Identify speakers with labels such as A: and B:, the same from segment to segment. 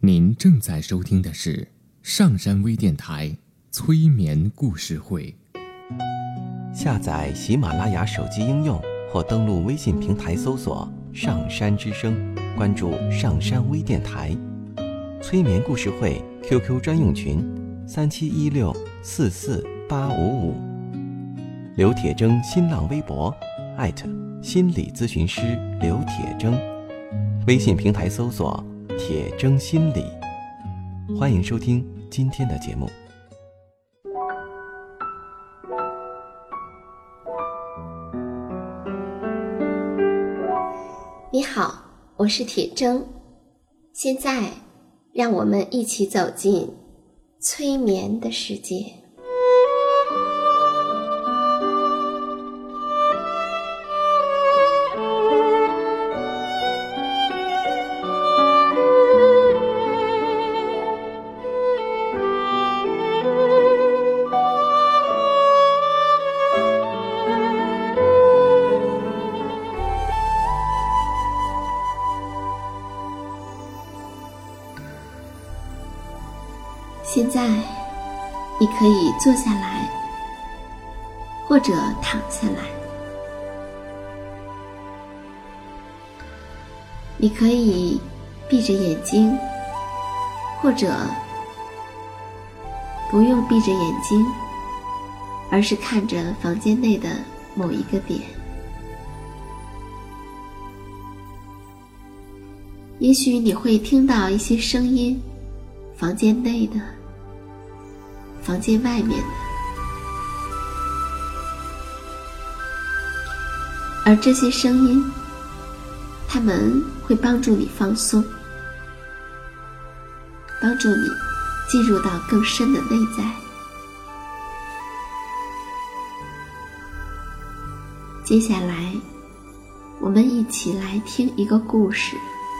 A: 您正在收听的是上山微电台催眠故事会。
B: 下载喜马拉雅手机应用或登录微信平台搜索上山之声，关注上山微电台。催眠故事会 QQ 专用群3716448855，刘铁铮新浪微博心理咨询师刘铁铮，微信平台搜索铁铮心理。欢迎收听今天的节目。
C: 你好，我是铁铮，现在让我们一起走进催眠的世界。现在你可以坐下来，或者躺下来。你可以闭着眼睛，或者不用闭着眼睛，而是看着房间内的某一个点。也许你会听到一些声音，房间内的，房间外面的，而这些声音，它们会帮助你放松，帮助你进入到更深的内在。接下来，我们一起来听一个故事。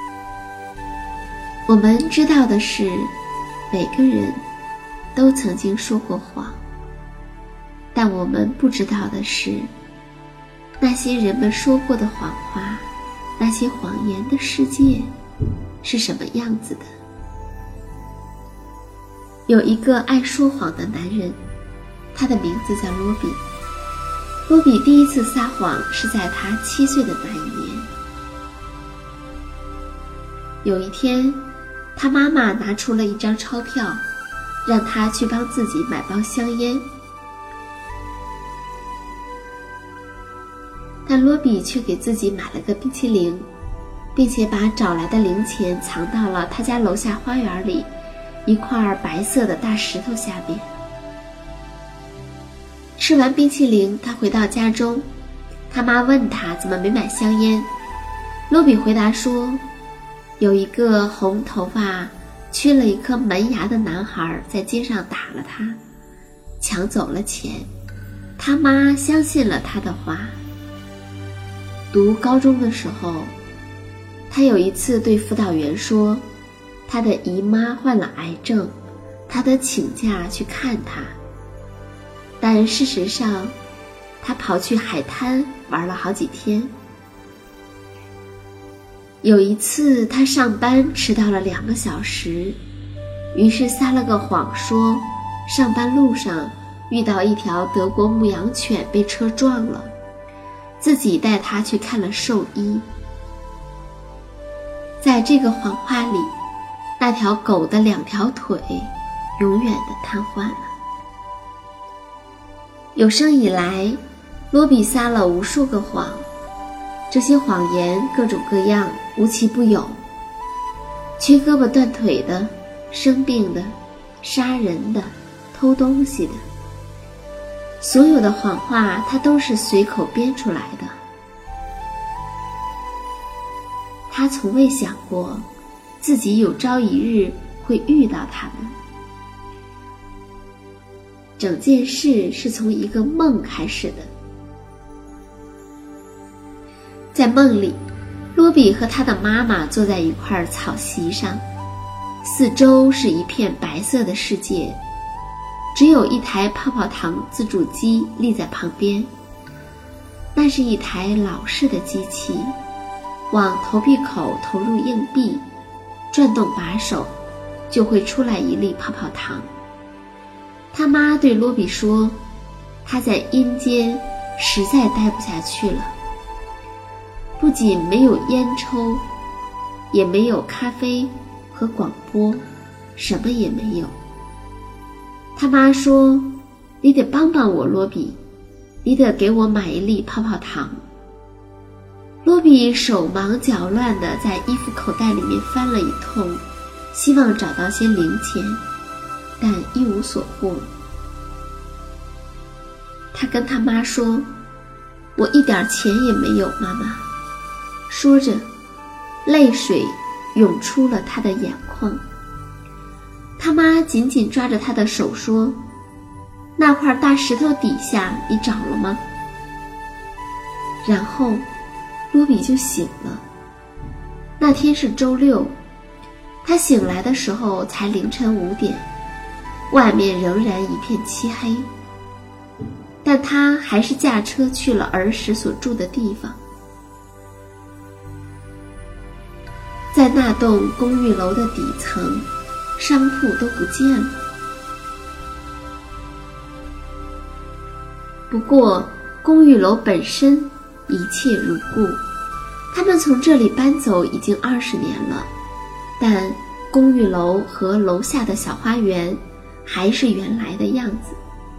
C: 我们知道的是，每个人都曾经说过谎，但我们不知道的是，那些人们说过的谎话，那些谎言的世界是什么样子的。有一个爱说谎的男人，他的名字叫罗比。罗比第一次撒谎是在他7岁的那一年。有一天，他妈妈拿出了一张钞票，让他去帮自己买包香烟，但罗比却给自己买了个冰淇淋，并且把找来的零钱藏到了他家楼下花园里一块白色的大石头下面。吃完冰淇淋，他回到家中，他妈问他怎么没买香烟。罗比回答说，有一个红头发缺了一颗门牙的男孩在街上打了他，抢走了钱。他妈相信了他的话。读高中的时候，他有一次对辅导员说，他的姨妈患了癌症，他得请假去看她。但事实上，他跑去海滩玩了好几天。有一次他上班迟到了2个小时，于是撒了个谎说上班路上遇到一条德国牧羊犬被车撞了，自己带它去看了兽医。在这个谎话里，那条狗的2条腿永远的瘫痪了。有生以来，罗比撒了无数个谎，这些谎言各种各样，无奇不有，缺胳膊断腿的，生病的，杀人的，偷东西的，所有的谎话他都是随口编出来的。他从未想过自己有朝一日会遇到他们。整件事是从一个梦开始的。在梦里，罗比和他的妈妈坐在一块草席上，四周是一片白色的世界，只有一台泡泡糖自助机立在旁边。那是一台老式的机器，往投币口投入硬币，转动把手， 就会出来一粒泡泡糖。他妈对罗比说，他在阴间实在待不下去了，不仅没有烟抽，也没有咖啡和广播，什么也没有。他妈说，你得帮帮我，罗比，你得给我买一粒泡泡糖。罗比手忙脚乱地在衣服口袋里面翻了一通，希望找到些零钱，但一无所获。他跟他妈说，我一点钱也没有，妈妈。说着，泪水涌出了他的眼眶。他妈紧紧抓着他的手说，那块大石头底下你找了吗？然后罗比就醒了。那天是周六，他醒来的时候才凌晨5点，外面仍然一片漆黑，但他还是驾车去了儿时所住的地方。在那栋公寓楼的底层，商铺都不见了。不过公寓楼本身一切如故，他们从这里搬走已经20年了，但公寓楼和楼下的小花园还是原来的样子。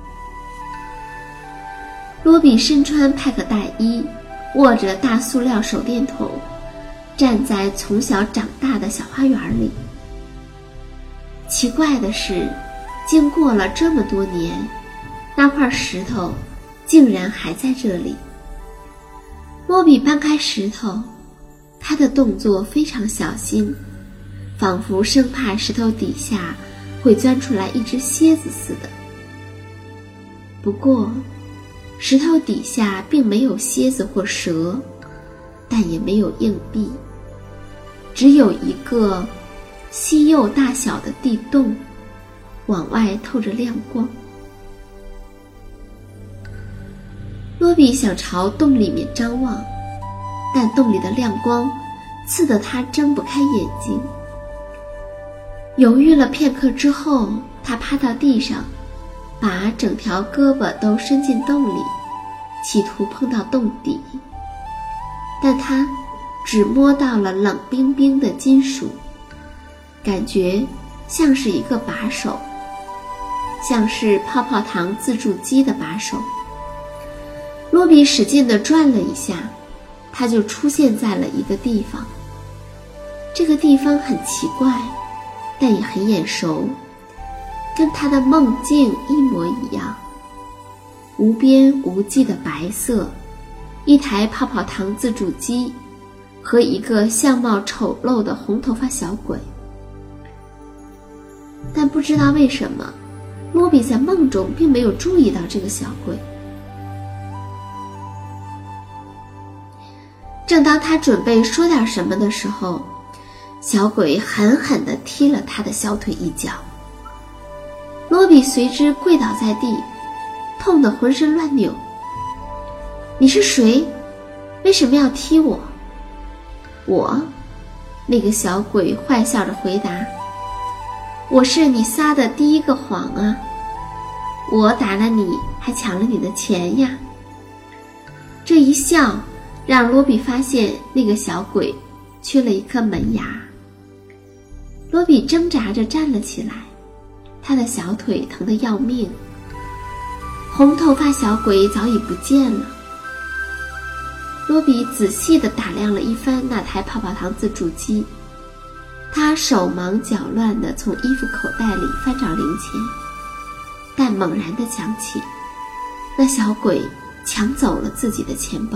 C: 罗比身穿派克大衣，握着大塑料手电筒，站在从小长大的小花园里。奇怪的是，经过了这么多年，那块石头竟然还在这里。罗比搬开石头，他的动作非常小心，仿佛生怕石头底下会钻出来一只蝎子似的。不过石头底下并没有蝎子或蛇，但也没有硬币，只有一个西柚大小的地洞，往外透着亮光。罗比想朝洞里面张望，但洞里的亮光刺得他睁不开眼睛。犹豫了片刻之后，他趴到地上，把整条胳膊都伸进洞里，企图碰到洞底，但他只摸到了冷冰冰的金属，感觉像是一个把手，像是泡泡糖自助机的把手。罗比使劲地转了一下，他就出现在了一个地方。这个地方很奇怪，但也很眼熟，跟他的梦境一模一样。无边无际的白色，一台泡泡糖自助机和一个相貌丑陋的红头发小鬼。但不知道为什么，罗比在梦中并没有注意到这个小鬼。正当他准备说点什么的时候，小鬼狠狠地踢了他的小腿一脚。罗比随之跪倒在地，痛得浑身乱扭。你是谁？为什么要踢我？我？那个小鬼坏笑着回答，我是你撒的第一个谎啊！我打了你，还抢了你的钱呀！这一笑让罗比发现那个小鬼缺了一颗门牙。罗比挣扎着站了起来，他的小腿疼得要命。红头发小鬼早已不见了。罗比仔细地打量了一番那台泡泡糖自助机，他手忙脚乱地从衣服口袋里翻找零钱，但猛然地想起，那小鬼抢走了自己的钱包。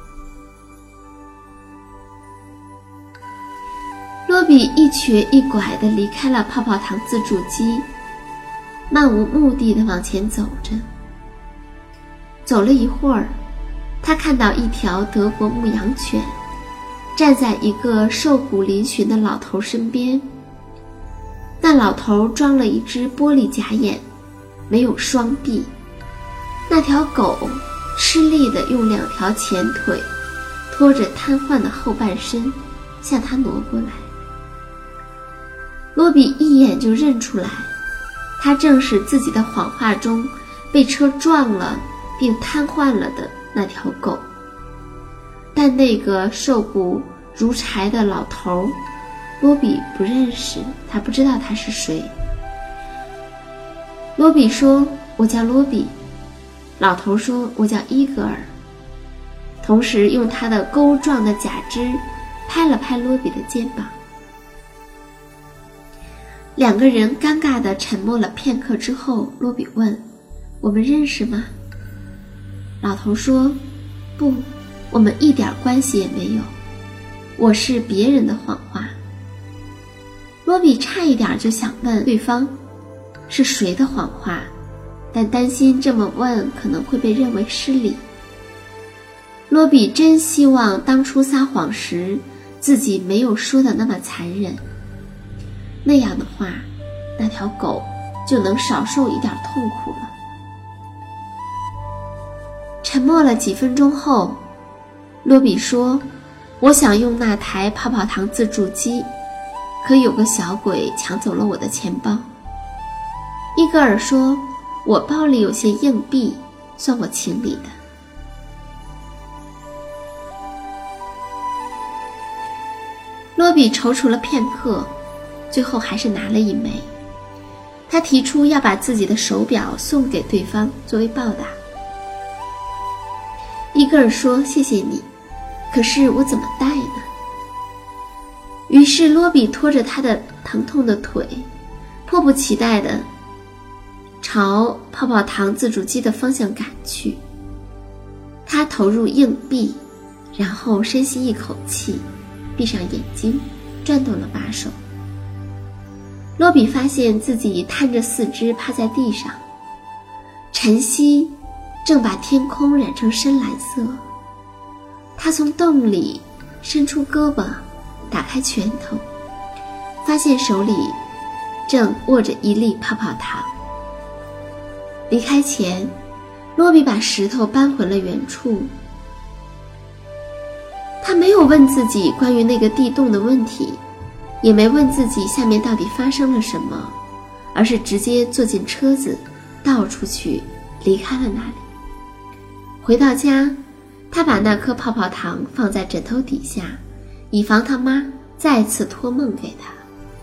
C: 罗比一瘸一拐地离开了泡泡糖自助机，漫无目的地往前走着。走了一会儿，他看到一条德国牧羊犬站在一个瘦骨嶙峋的老头身边。那老头装了一只玻璃假眼，没有双臂。那条狗吃力地用2条前腿拖着瘫痪的后半身向他挪过来。 罗比一眼就认出来，他正是自己的谎话中被车撞了并瘫痪了的那条狗。但那个瘦骨如柴的老头，罗比不认识，他不知道他是谁。罗比说：“我叫罗比。”老头说：“我叫伊格尔。”同时用他的钩状的假肢拍了拍罗比的肩膀。两个人尴尬地沉默了片刻之后，罗比问：“我们认识吗？”老头说：“不，我们一点关系也没有，我是别人的谎话。”罗比差一点就想问对方是谁的谎话，但担心这么问可能会被认为失礼。罗比真希望当初撒谎时自己没有说的那么残忍，那样的话，那条狗就能少受一点痛苦了。沉默了几分钟后，罗比说：“我想用那台泡泡糖自助机，可有个小鬼抢走了我的钱包。”伊格尔说：“我包里有些硬币，算我情理的。”罗比踌躇了片刻，最后还是拿了一枚。他提出要把自己的手表送给对方作为报答。伊格尔说：“谢谢你，可是我怎么戴呢？”于是罗比拖着他的疼痛的腿，迫不及待地朝泡泡糖自助机的方向赶去。他投入硬币，然后深吸一口气，闭上眼睛，转动了把手。罗比发现自己摊着四肢趴在地上，晨曦正把天空染成深蓝色。他从洞里伸出胳膊，打开拳头，发现手里正握着一粒泡泡糖。离开前，罗比把石头搬回了原处。他没有问自己关于那个地洞的问题，也没问自己下面到底发生了什么，而是直接坐进车子，倒出去，离开了那里。回到家，他把那颗泡泡糖放在枕头底下，以防他妈再次托梦给他。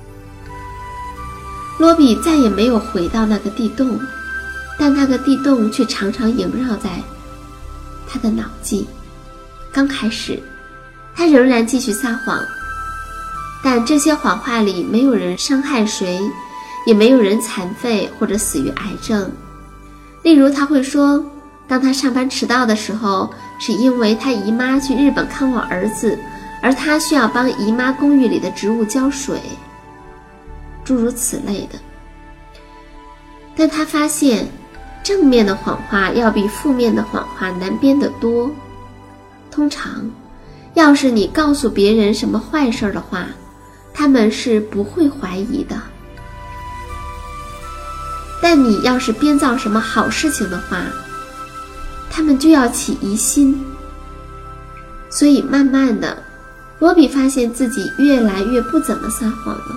C: 罗比再也没有回到那个地洞，但那个地洞却常常萦绕在他的脑际。刚开始他仍然继续撒谎，但这些谎话里没有人伤害谁，也没有人残废或者死于癌症。例如他会说，当他上班迟到的时候，是因为他姨妈去日本看望儿子，而他需要帮姨妈公寓里的植物浇水，诸如此类的。但他发现正面的谎话要比负面的谎话难编得多。通常要是你告诉别人什么坏事的话，他们是不会怀疑的，但你要是编造什么好事情的话，他们就要起疑心。所以慢慢的，罗比发现自己越来越不怎么撒谎了。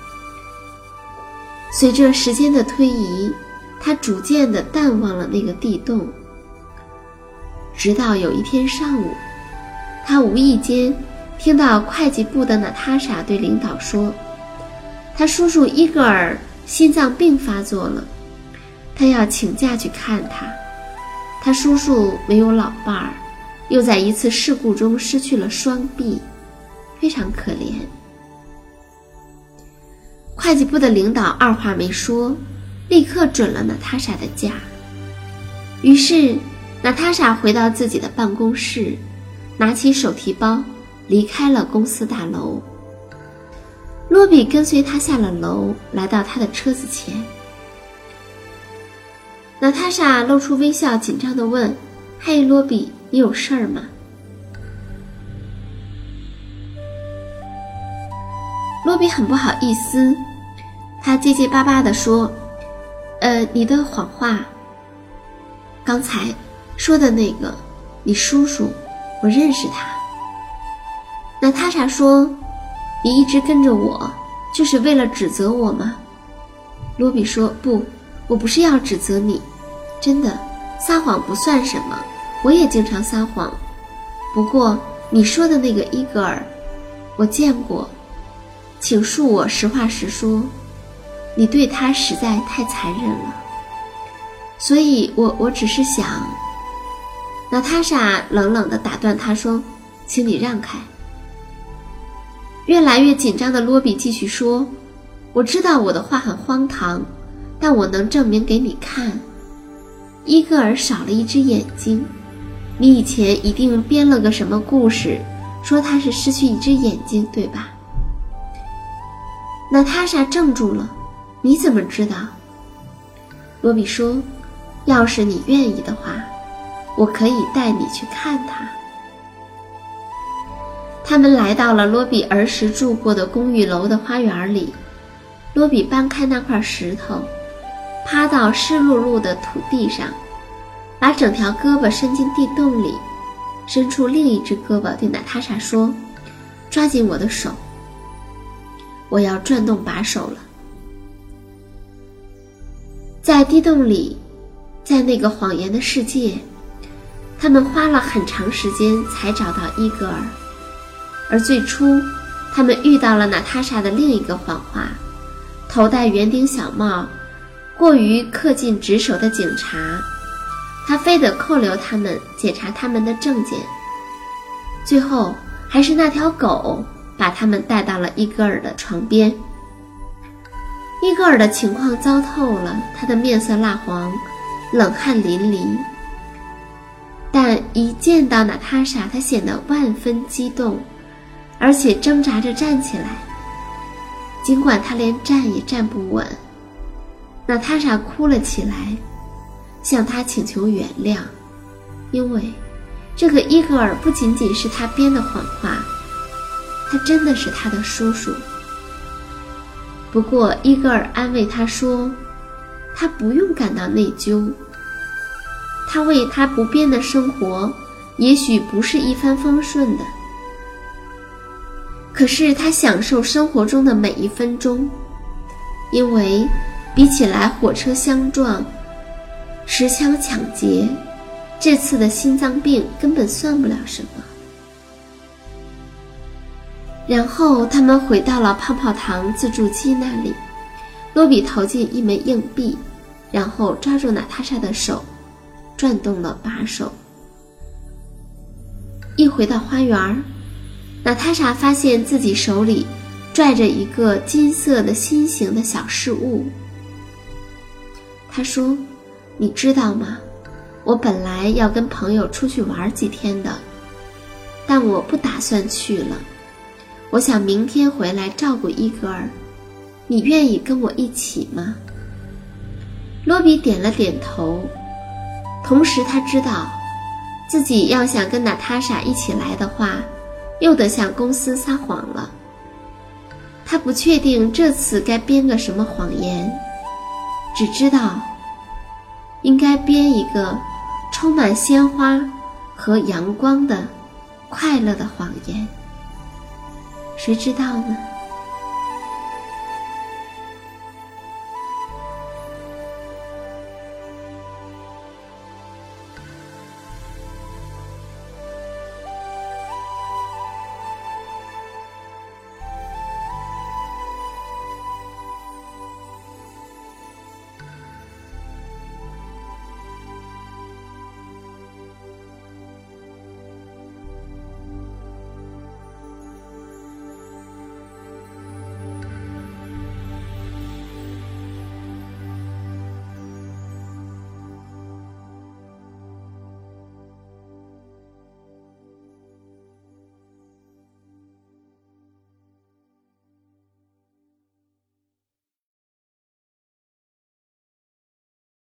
C: 随着时间的推移，他逐渐地淡忘了那个地洞。直到有一天上午，他无意间听到会计部的娜塔莎对领导说，他叔叔伊格尔心脏病发作了，他要请假去看他。他叔叔没有老伴儿，又在一次事故中失去了双臂，非常可怜。会计部的领导二话没说，立刻准了娜塔莎的假。于是娜塔莎回到自己的办公室，拿起手提包离开了公司大楼。罗比跟随他下了楼，来到他的车子前。娜塔莎露出微笑，紧张地问：“嘿，罗比，你有事儿吗？”罗比很不好意思，他结结巴巴地说：“你的谎话，刚才说的那个，你叔叔，我认识他。”娜塔莎说：“你一直跟着我， 就是为了指责我吗？罗比说，不，我不是要指责你，真的，撒谎不算什么，我也经常撒谎。不过你说的那个伊格尔，我见过，请恕我实话实说，你对他实在太残忍了。所以我只是想……娜塔莎冷冷地打断他说，请你让开。越来越紧张的罗比继续说，我知道我的话很荒唐，但我能证明给你看。伊格尔少了一只眼睛，你以前一定编了个什么故事，说他是失去一只眼睛，对吧？娜塔莎怔住了，你怎么知道？罗比说，要是你愿意的话，我可以带你去看他。他们来到了罗比儿时住过的公寓楼的花园里，罗比搬开那块石头，趴到湿漉漉的土地上，把整条胳膊伸进地洞里，伸出另一只胳膊对娜塔莎说，抓紧我的手，我要转动把手了。在地洞里，在那个谎言的世界，他们花了很长时间才找到伊格尔，而最初他们遇到了娜塔莎的另一个谎话，头戴圆顶小帽，过于恪尽职守的警察，他非得扣留他们，检查他们的证件。最后还是那条狗把他们带到了伊格尔的床边。伊格尔的情况糟透了，他的面色蜡黄，冷汗淋漓，但一见到娜塔莎，他显得万分激动，而且挣扎着站起来，尽管他连站也站不稳。娜塔莎哭了起来，向他请求原谅，因为这个伊格尔不仅仅是他编的谎话，他真的是他的叔叔。不过伊格尔安慰他说，他不用感到内疚，他为他不变的生活也许不是一帆风顺的，可是他享受生活中的每一分钟，因为比起来火车相撞、持枪抢劫，这次的心脏病根本算不了什么。然后他们回到了泡泡糖自助机那里，罗比投进一枚硬币，然后抓住娜塔莎的手，转动了把手。一回到花园，娜塔莎发现自己手里拽着一个金色的心形的小饰物。她说，你知道吗，我本来要跟朋友出去玩几天的，但我不打算去了，我想明天回来照顾伊格尔，你愿意跟我一起吗？罗比点了点头，同时他知道自己要想跟娜塔莎一起来的话，又得向公司撒谎了。他不确定这次该编个什么谎言，只知道应该编一个充满鲜花和阳光的快乐的谎言。谁知道呢？